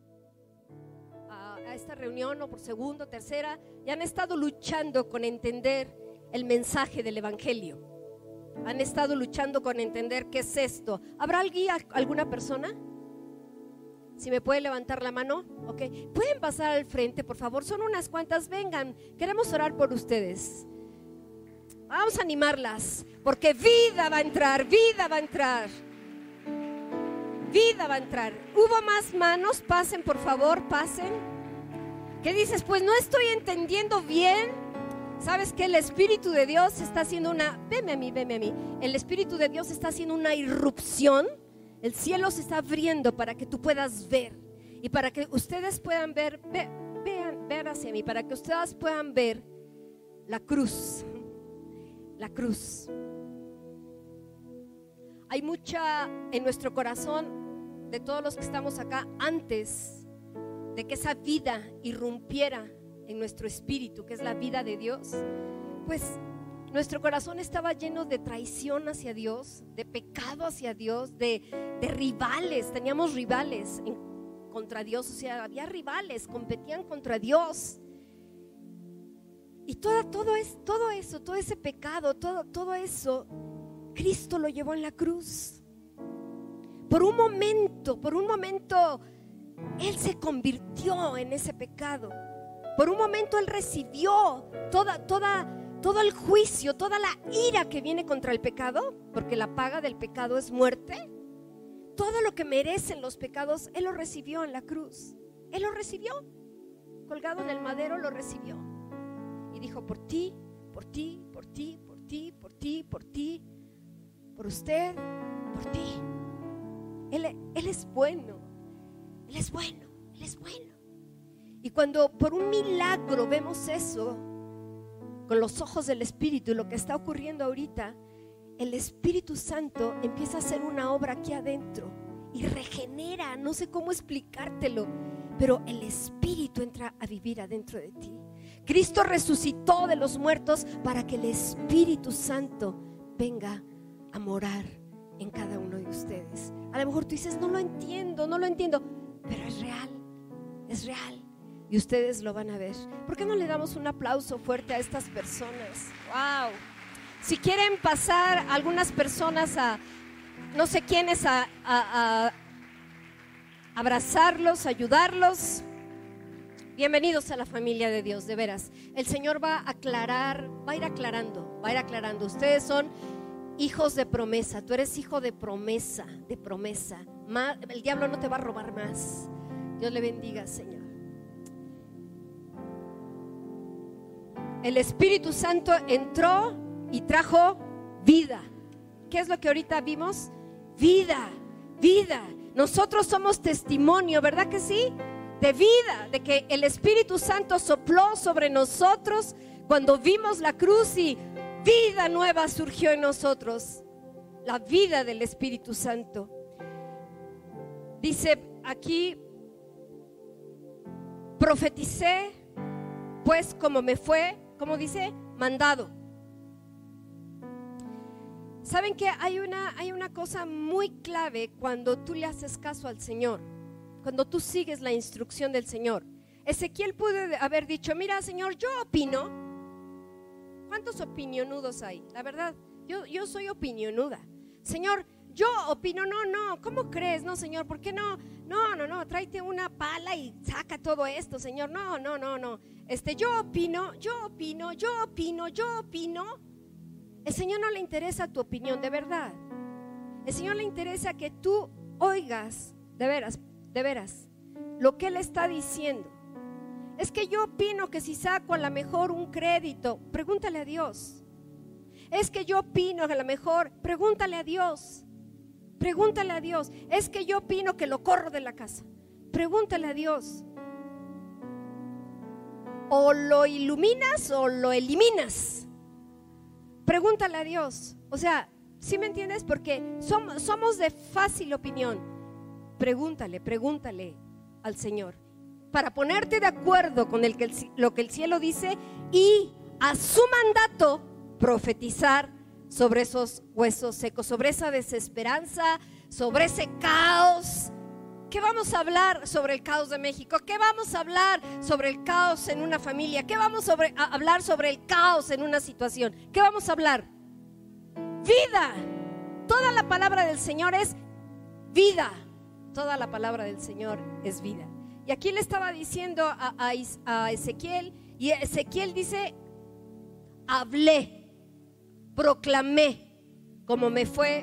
a esta reunión, o por segunda, tercera, y han estado luchando con entender el mensaje del Evangelio. Han estado luchando con entender qué es esto. ¿Habrá alguna persona? Si me puede levantar la mano, ok. Pueden pasar al frente, por favor. Son unas cuantas, vengan. Queremos orar por ustedes. Vamos a animarlas, porque vida va a entrar, vida va a entrar. Vida va a entrar. ¿Hubo más manos? Pasen, por favor, pasen. ¿Qué dices? Pues no estoy entendiendo bien. ¿Sabes qué? El Espíritu de Dios está haciendo Veme a mí. El Espíritu de Dios está haciendo una irrupción. El cielo se está abriendo para que tú puedas ver. Y para que ustedes puedan ver, vean hacia mí, para que ustedes puedan ver la cruz. La cruz. Hay mucha en nuestro corazón, de todos los que estamos acá, antes de que esa vida irrumpiera en nuestro espíritu, que es la vida de Dios, pues nuestro corazón estaba lleno de traición hacia Dios, de pecado hacia Dios, de rivales. Teníamos rivales contra Dios, o sea, había rivales, competían contra Dios. Y todo ese pecado, todo eso, Cristo lo llevó en la cruz. Por un momento, Él se convirtió en ese pecado. Por un momento Él recibió todo el juicio, toda la ira que viene contra el pecado, porque la paga del pecado es muerte. Todo lo que merecen los pecados, Él lo recibió en la cruz. Él lo recibió, colgado en el madero, lo recibió. Y dijo: por ti, por ti, por ti, por ti, por ti, por ti, por usted, por ti. Él es bueno, Él es bueno, Él es bueno. Y cuando por un milagro vemos eso con los ojos del Espíritu, lo que está ocurriendo ahorita, el Espíritu Santo empieza a hacer una obra aquí adentro y regenera. No sé cómo explicártelo, pero el Espíritu entra a vivir adentro de ti. Cristo resucitó de los muertos para que el Espíritu Santo venga a morar en cada uno de ustedes. A lo mejor tú dices: no lo entiendo, pero es real y ustedes lo van a ver. ¿Por qué no le damos un aplauso fuerte a estas personas? Wow. Si quieren pasar algunas personas a no sé quiénes a abrazarlos, ayudarlos, bienvenidos a la familia de Dios, de veras. El Señor va a ir aclarando. Ustedes son hijos de promesa. Tú eres hijo de promesa, el diablo no te va a robar más. Dios le bendiga, Señor. El Espíritu Santo entró y trajo vida. ¿Qué es lo que ahorita vimos? Vida. Nosotros somos testimonio, ¿verdad que sí? De vida, de que el Espíritu Santo sopló sobre nosotros cuando vimos la cruz y vida nueva surgió en nosotros. La vida del Espíritu Santo. Dice aquí: profeticé pues como me fue, como dice, mandado. ¿Saben qué? Hay una cosa muy clave cuando tú le haces caso al Señor, cuando tú sigues la instrucción del Señor. Ezequiel puede haber dicho: mira, Señor, yo opino. ¿Cuántos opinionudos hay? La verdad, yo soy opinionuda. Señor, yo opino. No, ¿cómo crees? No, Señor, ¿por qué no? No, tráete una pala y saca todo esto, Señor. No. yo opino. El Señor no le interesa tu opinión, de verdad. El Señor le interesa que tú oigas, de veras, lo que Él está diciendo. Es que yo opino que si saco a lo mejor un crédito, pregúntale a Dios. Es que yo opino que a lo mejor, pregúntale a Dios. Pregúntale a Dios. Es que yo opino que lo corro de la casa. Pregúntale a Dios. O lo iluminas o lo eliminas. Pregúntale a Dios. O sea, ¿sí me entiendes? Porque somos de fácil opinión. Pregúntale al Señor para ponerte de acuerdo con lo que el cielo dice y a su mandato profetizar sobre esos huesos secos, sobre esa desesperanza, sobre ese caos. ¿Qué vamos a hablar sobre el caos de México? ¿Qué vamos a hablar sobre el caos en una familia? ¿Qué vamos a hablar sobre el caos en una situación? ¿Qué vamos a hablar? Vida. Toda la palabra del Señor es vida. Toda la palabra del Señor es vida. Y aquí le estaba diciendo a Ezequiel, y Ezequiel dice: hablé, proclamé como me fue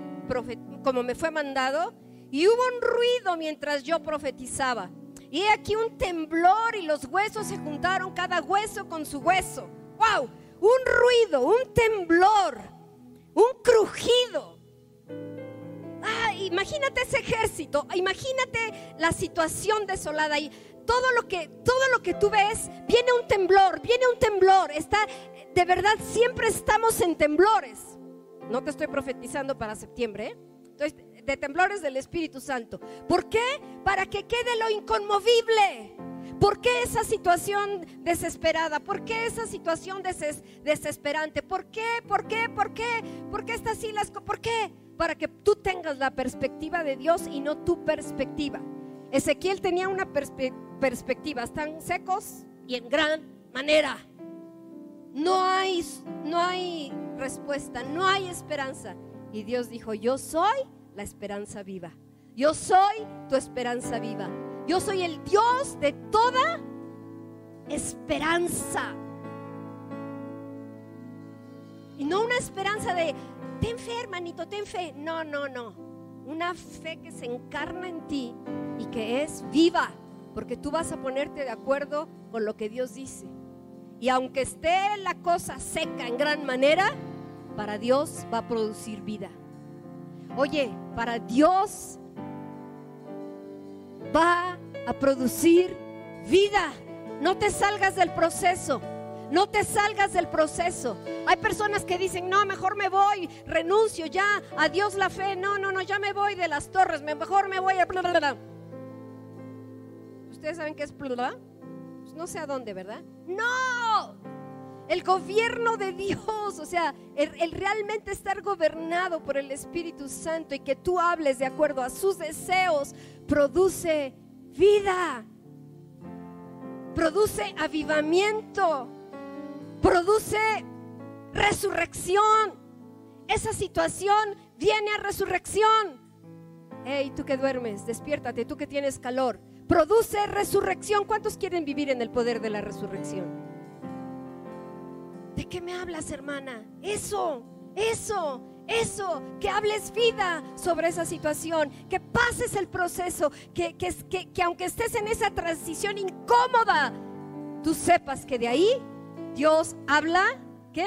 mandado, y hubo un ruido mientras yo profetizaba. Y he aquí un temblor, y los huesos se juntaron, cada hueso con su hueso. ¡Wow! Un ruido, un temblor, un crujido. Imagínate ese ejército, imagínate la situación desolada y todo lo que tú ves, viene un temblor, de verdad siempre estamos en temblores. No te estoy profetizando para septiembre, ¿eh? Entonces, de temblores del Espíritu Santo. ¿Por qué? Para que quede lo inconmovible. ¿Por qué esa situación desesperada? ¿Por qué esa situación desesperante? ¿Por qué está así ¿por qué? Para que tú tengas la perspectiva de Dios y no tu perspectiva. Ezequiel tenía una perspectiva: están secos y en gran manera. No hay respuesta, no hay esperanza. Y Dios dijo: yo soy la esperanza viva. Yo soy tu esperanza viva. Yo soy el Dios de toda esperanza. Y no una esperanza de ten fe, hermanito, ten fe. No. Una fe que se encarna en ti y que es viva, porque tú vas a ponerte de acuerdo con lo que Dios dice. Y aunque esté la cosa seca en gran manera, para Dios va a producir vida. Oye, para Dios va a producir vida. No te salgas del proceso. No te salgas del proceso. Hay personas que dicen: no, mejor me voy, renuncio ya, adiós la fe. No, ya me voy de las torres, mejor me voy a bla, bla, bla. ¿Ustedes saben qué es bla, bla? Pues no sé a dónde, ¿verdad? No, el gobierno de Dios, o sea, el realmente estar gobernado por el Espíritu Santo y que tú hables de acuerdo a sus deseos, produce vida, produce avivamiento, produce resurrección. Esa situación viene a resurrección. Hey, tú que duermes, despiértate, tú que tienes calor, produce resurrección. ¿Cuántos quieren vivir en el poder de la resurrección? ¿De qué me hablas, hermana? Eso, que hables vida sobre esa situación, que pases el proceso, que aunque estés en esa transición incómoda, tú sepas que de ahí Dios habla, ¿qué?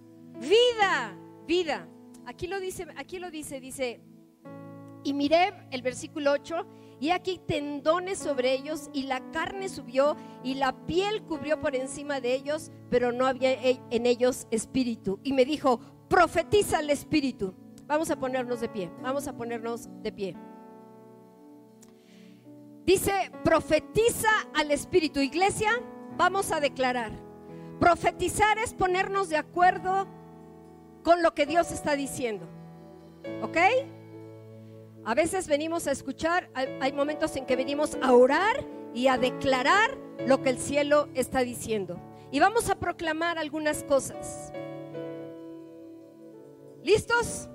Vida. Aquí lo dice, y miré el versículo 8, y aquí tendones sobre ellos, y la carne subió, y la piel cubrió por encima de ellos, pero no había en ellos espíritu. Y me dijo: profetiza al espíritu. Vamos a ponernos de pie. Dice: profetiza al espíritu. Iglesia, vamos a declarar. Profetizar es ponernos de acuerdo con lo que Dios está diciendo. ¿Ok? A veces venimos a escuchar, hay momentos en que venimos a orar y a declarar lo que el cielo está diciendo. Y vamos a proclamar algunas cosas. ¿Listos?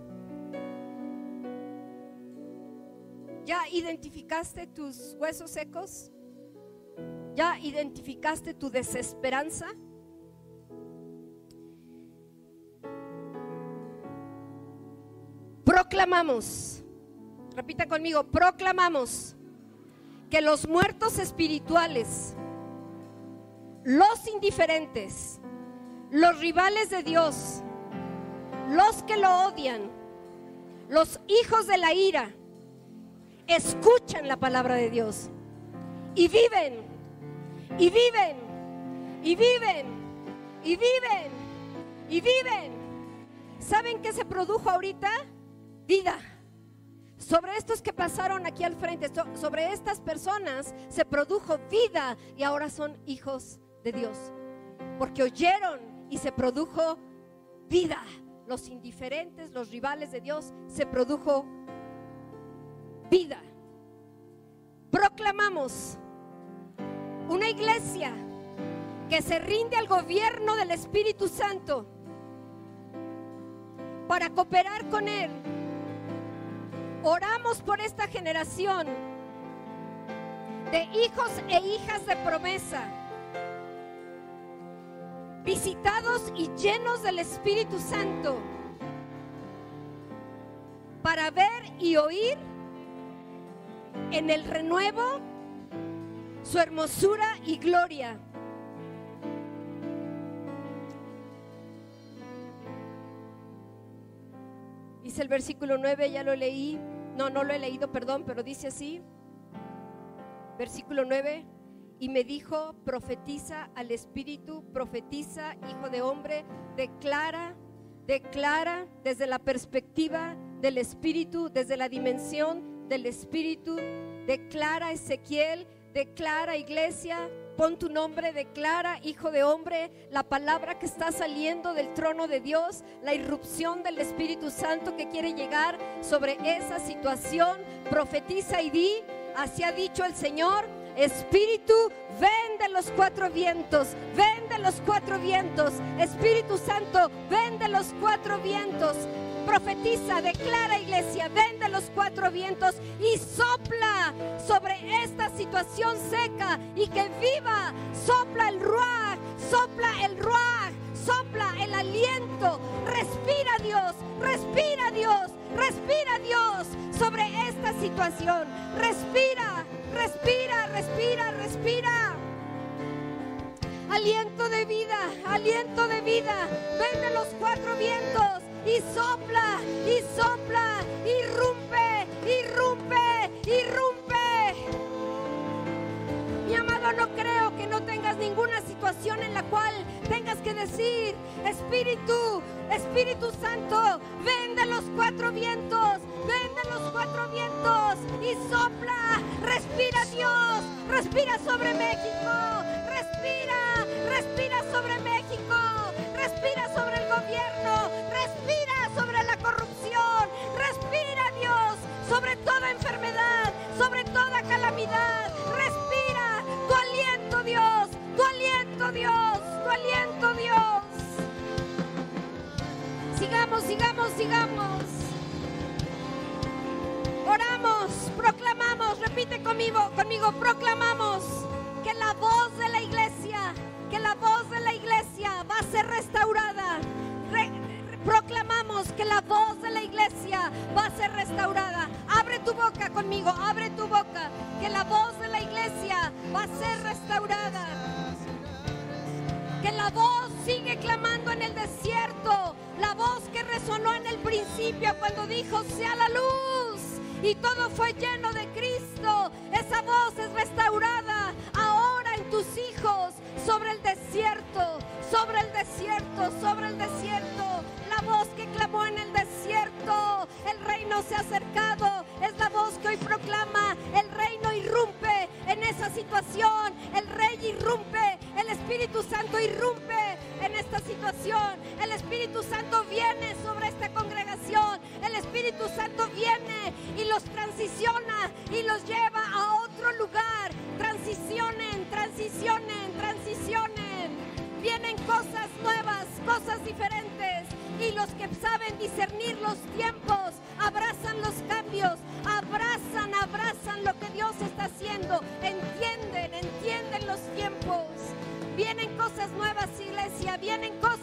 ¿Ya identificaste tus huesos secos? ¿Ya identificaste tu desesperanza? Proclamamos, repita conmigo, proclamamos que los muertos espirituales, los indiferentes, los rivales de Dios, los que lo odian, los hijos de la ira, escuchan la palabra de Dios y viven, y viven, y viven, y viven, y viven. ¿Saben qué se produjo ahorita? Vida. Sobre estos que pasaron aquí al frente, sobre estas personas se produjo vida y ahora son hijos de Dios, porque oyeron y se produjo vida. Los indiferentes, los rivales de Dios, se produjo vida. Proclamamos una iglesia que se rinde al gobierno del Espíritu Santo para cooperar con Él. Oramos por esta generación de hijos e hijas de promesa, visitados y llenos del Espíritu Santo, para ver y oír en el renuevo su hermosura y gloria. Dice el versículo 9, ya lo leí, no lo he leído, perdón, pero dice así, versículo 9, y me dijo, profetiza al Espíritu, profetiza, hijo de hombre, declara desde la perspectiva del Espíritu, desde la dimensión del Espíritu, declara Ezequiel, declara iglesia, pon tu nombre, declara hijo de hombre, la palabra que está saliendo del trono de Dios, la irrupción del Espíritu Santo que quiere llegar sobre esa situación, profetiza y di, así ha dicho el Señor, Espíritu, ven de los cuatro vientos, ven de los cuatro vientos, Espíritu Santo, ven de los cuatro vientos. Profetiza, declara iglesia, ven de los cuatro vientos y sopla sobre esta situación seca y que viva, sopla el ruaj, sopla el ruaj, sopla el aliento, respira Dios, respira Dios, respira Dios sobre esta situación, respira, respira, respira, respira. Aliento de vida, ven de los cuatro vientos. Y sopla, irrumpe, irrumpe, irrumpe. Mi amado, no creo que no tengas ninguna situación en la cual tengas que decir, Espíritu, Espíritu Santo, ven de los cuatro vientos, ven de los cuatro vientos y sopla, respira Dios, respira sobre México, respira, respira sobre México, respira sobre el gobierno, respira sobre la corrupción, respira Dios sobre toda enfermedad, sobre toda calamidad, respira tu aliento Dios, tu aliento Dios, tu aliento Dios. Sigamos, sigamos, sigamos. Oramos, proclamamos, repite conmigo, proclamamos que la voz de la iglesia, va a ser restaurada. Proclamamos que la voz de la iglesia va a ser restaurada. Abre tu boca conmigo, abre tu boca, que la voz de la iglesia va a ser restaurada. Que la voz sigue clamando en el desierto, la voz que resonó en el principio cuando dijo sea la luz y todo fue lleno de Cristo. Esa voz es restaurada ahora en tus hijos, sobre el desierto, sobre el desierto, sobre el desierto. La voz que clamó en el desierto, el reino se ha acercado, es la voz que hoy proclama, el reino irrumpe en esa situación, el rey irrumpe, el Espíritu Santo irrumpe en esta situación, el Espíritu Santo viene sobre esta congregación, el Espíritu Santo viene y los transiciona y los lleva a otro lugar. Transicionen, transicionen, transicionen. Vienen cosas nuevas, cosas diferentes, y los que saben discernir los tiempos abrazan los cambios, abrazan lo que Dios está haciendo, entienden los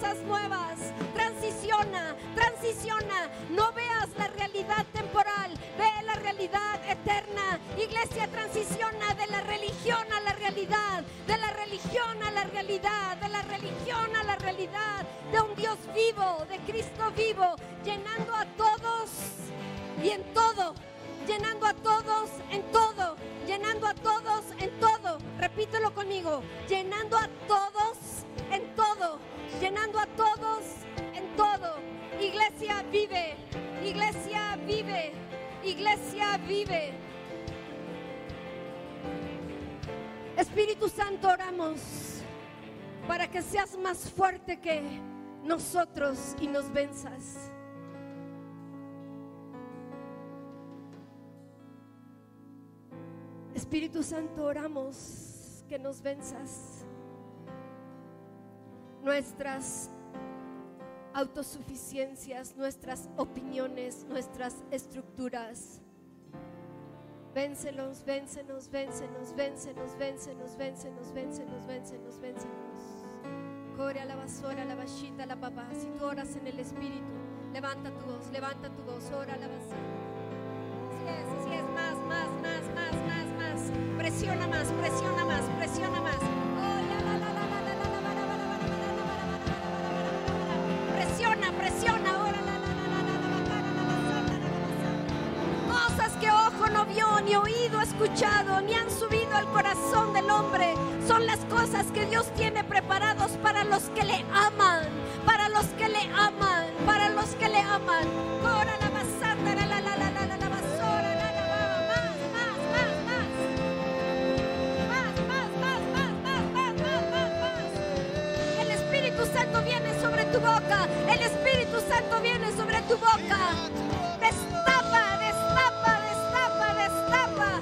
cosas nuevas. Transiciona, transiciona. No veas la realidad temporal, ve la realidad eterna. Iglesia, transiciona de la religión a la realidad, de la religión a la realidad, de la religión a la realidad, de un Dios vivo, de Cristo vivo, llenando a todos y en todo, llenando a todos en todo, llenando a todos en todo. Repítelo conmigo, llenando a todos en todo, llenando a todos en todo. Iglesia vive, iglesia vive, iglesia vive. Espíritu Santo, oramos para que seas más fuerte que nosotros y nos venzas. Espíritu Santo, oramos que nos venzas nuestras autosuficiencias, nuestras opiniones, nuestras estructuras. Véncenos, véncenos, véncenos, véncenos, véncenos, véncenos, véncenos, véncenos, véncenos. Core a la basura, a la bashita, a la papá. Si tú oras en el Espíritu, levanta tu voz, ora a la basura. Así es, más, más, más, más, más, más. Presiona más, presiona más, presiona más. Presiona, presiona. Cosas que ojo no vio, ni oído escuchado, ni han subido al corazón del hombre, son las cosas que Dios tiene preparados para los que le aman, para los que le aman, para los que le aman. Cora la basanda, la basura, más. El Espíritu Santo viene sobre tu boca, el Espíritu Santo viene sobre tu boca. Destapa, destapa, destapa, destapa.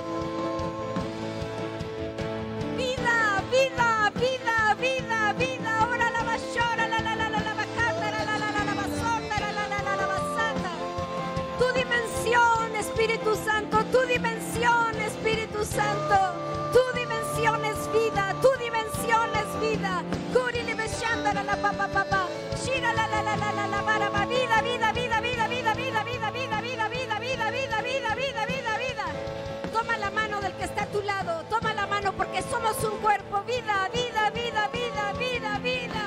Vida, vida, vida, vida, vida. Ahora la bashora, la bacata, la basonda, la basanda. Tu dimensión, Espíritu Santo, tu dimensión, Espíritu Santo. Tu dimensión es vida, tu dimensión es vida. Curi li beshanda la papá. Shira la baraba. Vida, vida, vida, vida, vida, vida, vida, vida, vida, vida, vida, vida, vida, vida, vida, vida. Toma la mano del que está a tu lado, toma la mano porque somos un cuerpo. Vida, vida, vida, vida, vida, vida.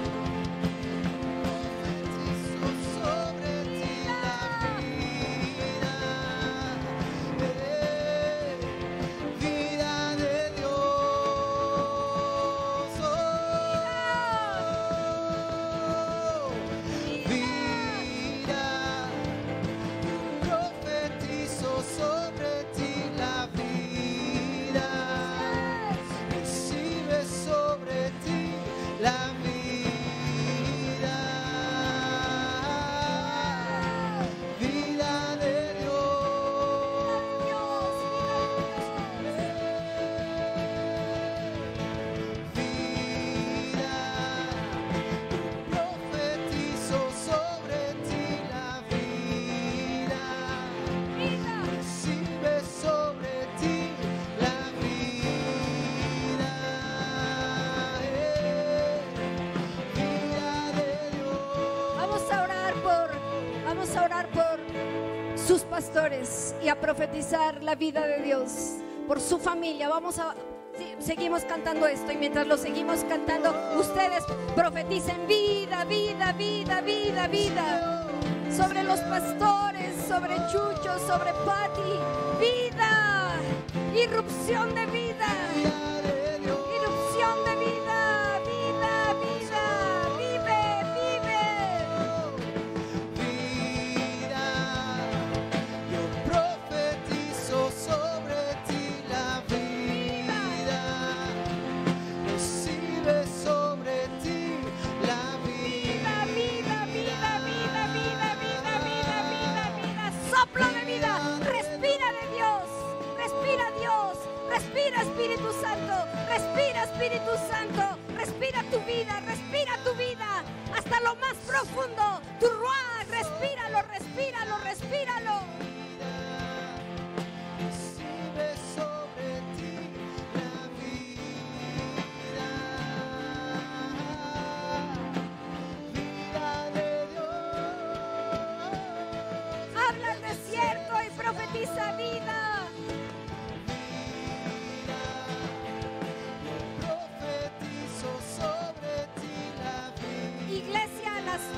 Y a profetizar la vida de Dios por su familia. Seguimos cantando esto y mientras lo seguimos cantando, ustedes profeticen vida, vida, vida, vida, vida sobre los pastores, sobre Chucho, sobre Patti. Vida, irrupción de vida, irrupción de vida, vida, vida, vive, vive. Respira Espíritu Santo, respira Espíritu Santo, respira tu vida hasta lo más profundo, tu ruach, respíralo, respíralo, respíralo.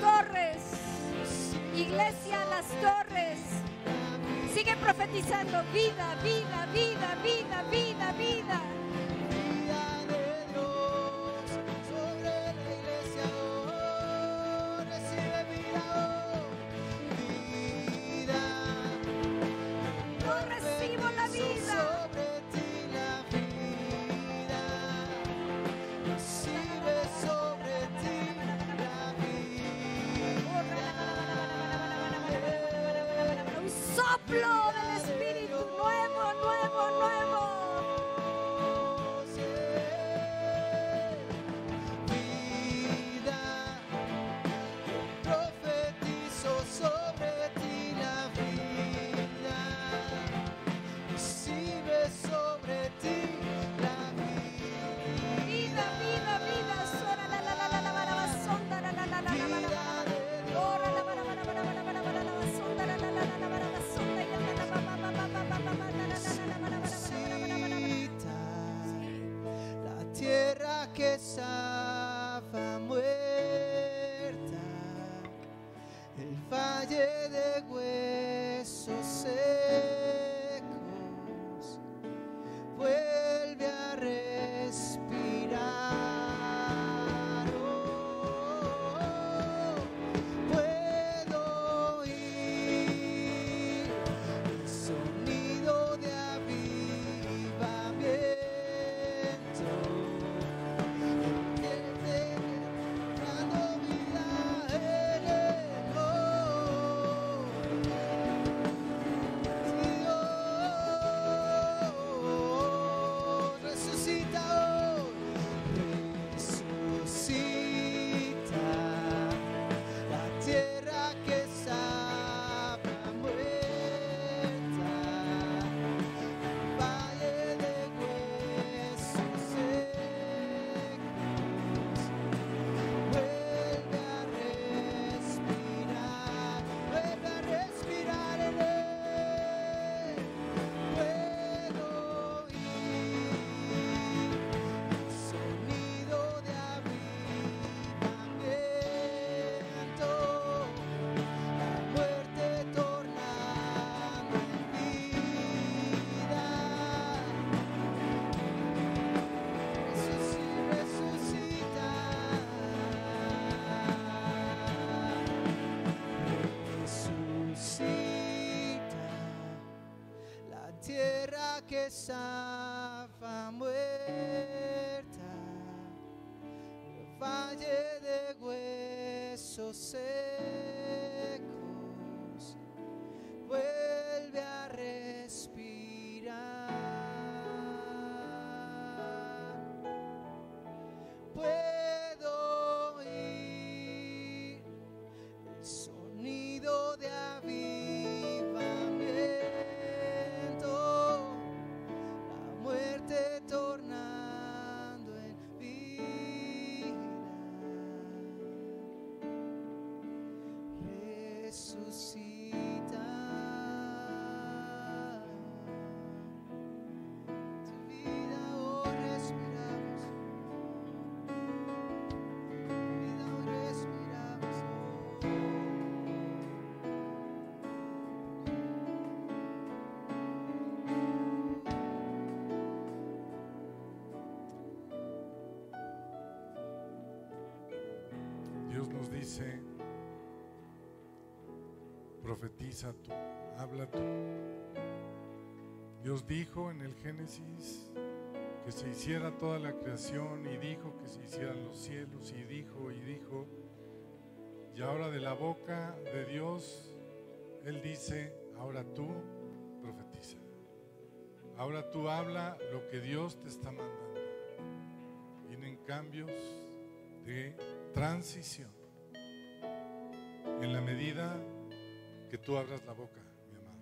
Torres. Iglesia Las Torres. Sigue profetizando vida, vida, vida, vida, vida, vida. Soplo del Espíritu nuevo, nuevo, nuevo. Vida, profetizo sobre ti la vida. Recibe sobre ti la vida. Vida, vida, vida. Sora la la la la la la la sonda la la la la la la. Ora la la la la la la la la la sonda la la la la la la sonda ya la la la la la la la la la tierra que estaba muerta, el valle de huesos secos vuelve a respirar. Puedo oír el sonido de avivamiento, dando vida en el Dios resucita hoy, resucita la tierra que estaba muerta, valle de huesos secos, vuelve a respirar en él. Puedo oír el sonido de avivamiento, la muerte tornando en vida. Resucita, la tierra que estaba muerta, el valle de huesos secos vuelve a respirar. Puedo oír el sonido de avivamiento, la muerte tornando en vida. Resucita tu vida, oh respiramos. Vida, oh respiramos. Dios nos dice, profetiza tú, habla tú. Dios dijo en el Génesis que se hiciera toda la creación y dijo que se hicieran los cielos y dijo, y ahora de la boca de Dios, Él dice, ahora tú profetiza. Ahora tú habla lo que Dios te está mandando. Vienen cambios de transición en la medida que tú abras la boca, mi amado.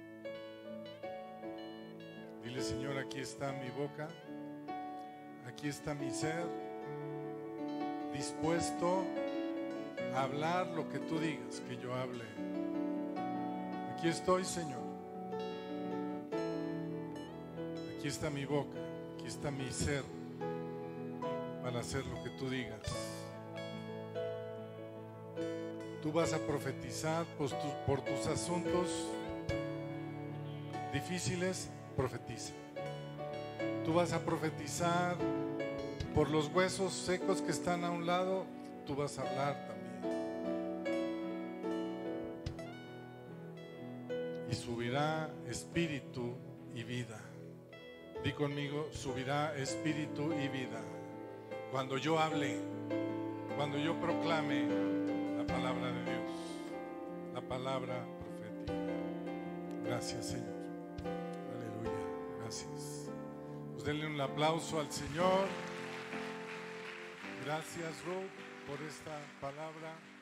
Dile, Señor, aquí está mi boca, aquí está mi ser, dispuesto a hablar lo que tú digas que yo hable. Aquí estoy, Señor. Aquí está mi boca, aquí está mi ser para hacer lo que tú digas. Tú vas a profetizar por tus asuntos difíciles, profetiza. Tú vas a profetizar por los huesos secos que están a un lado, tú vas a hablar también. Y subirá espíritu y vida. Di conmigo, subirá espíritu y vida. Cuando yo hable, cuando yo proclame la palabra de Dios, la palabra profética. Gracias, Señor. Aleluya. Gracias. Pues denle un aplauso al Señor. Gracias, Ruth, por esta palabra.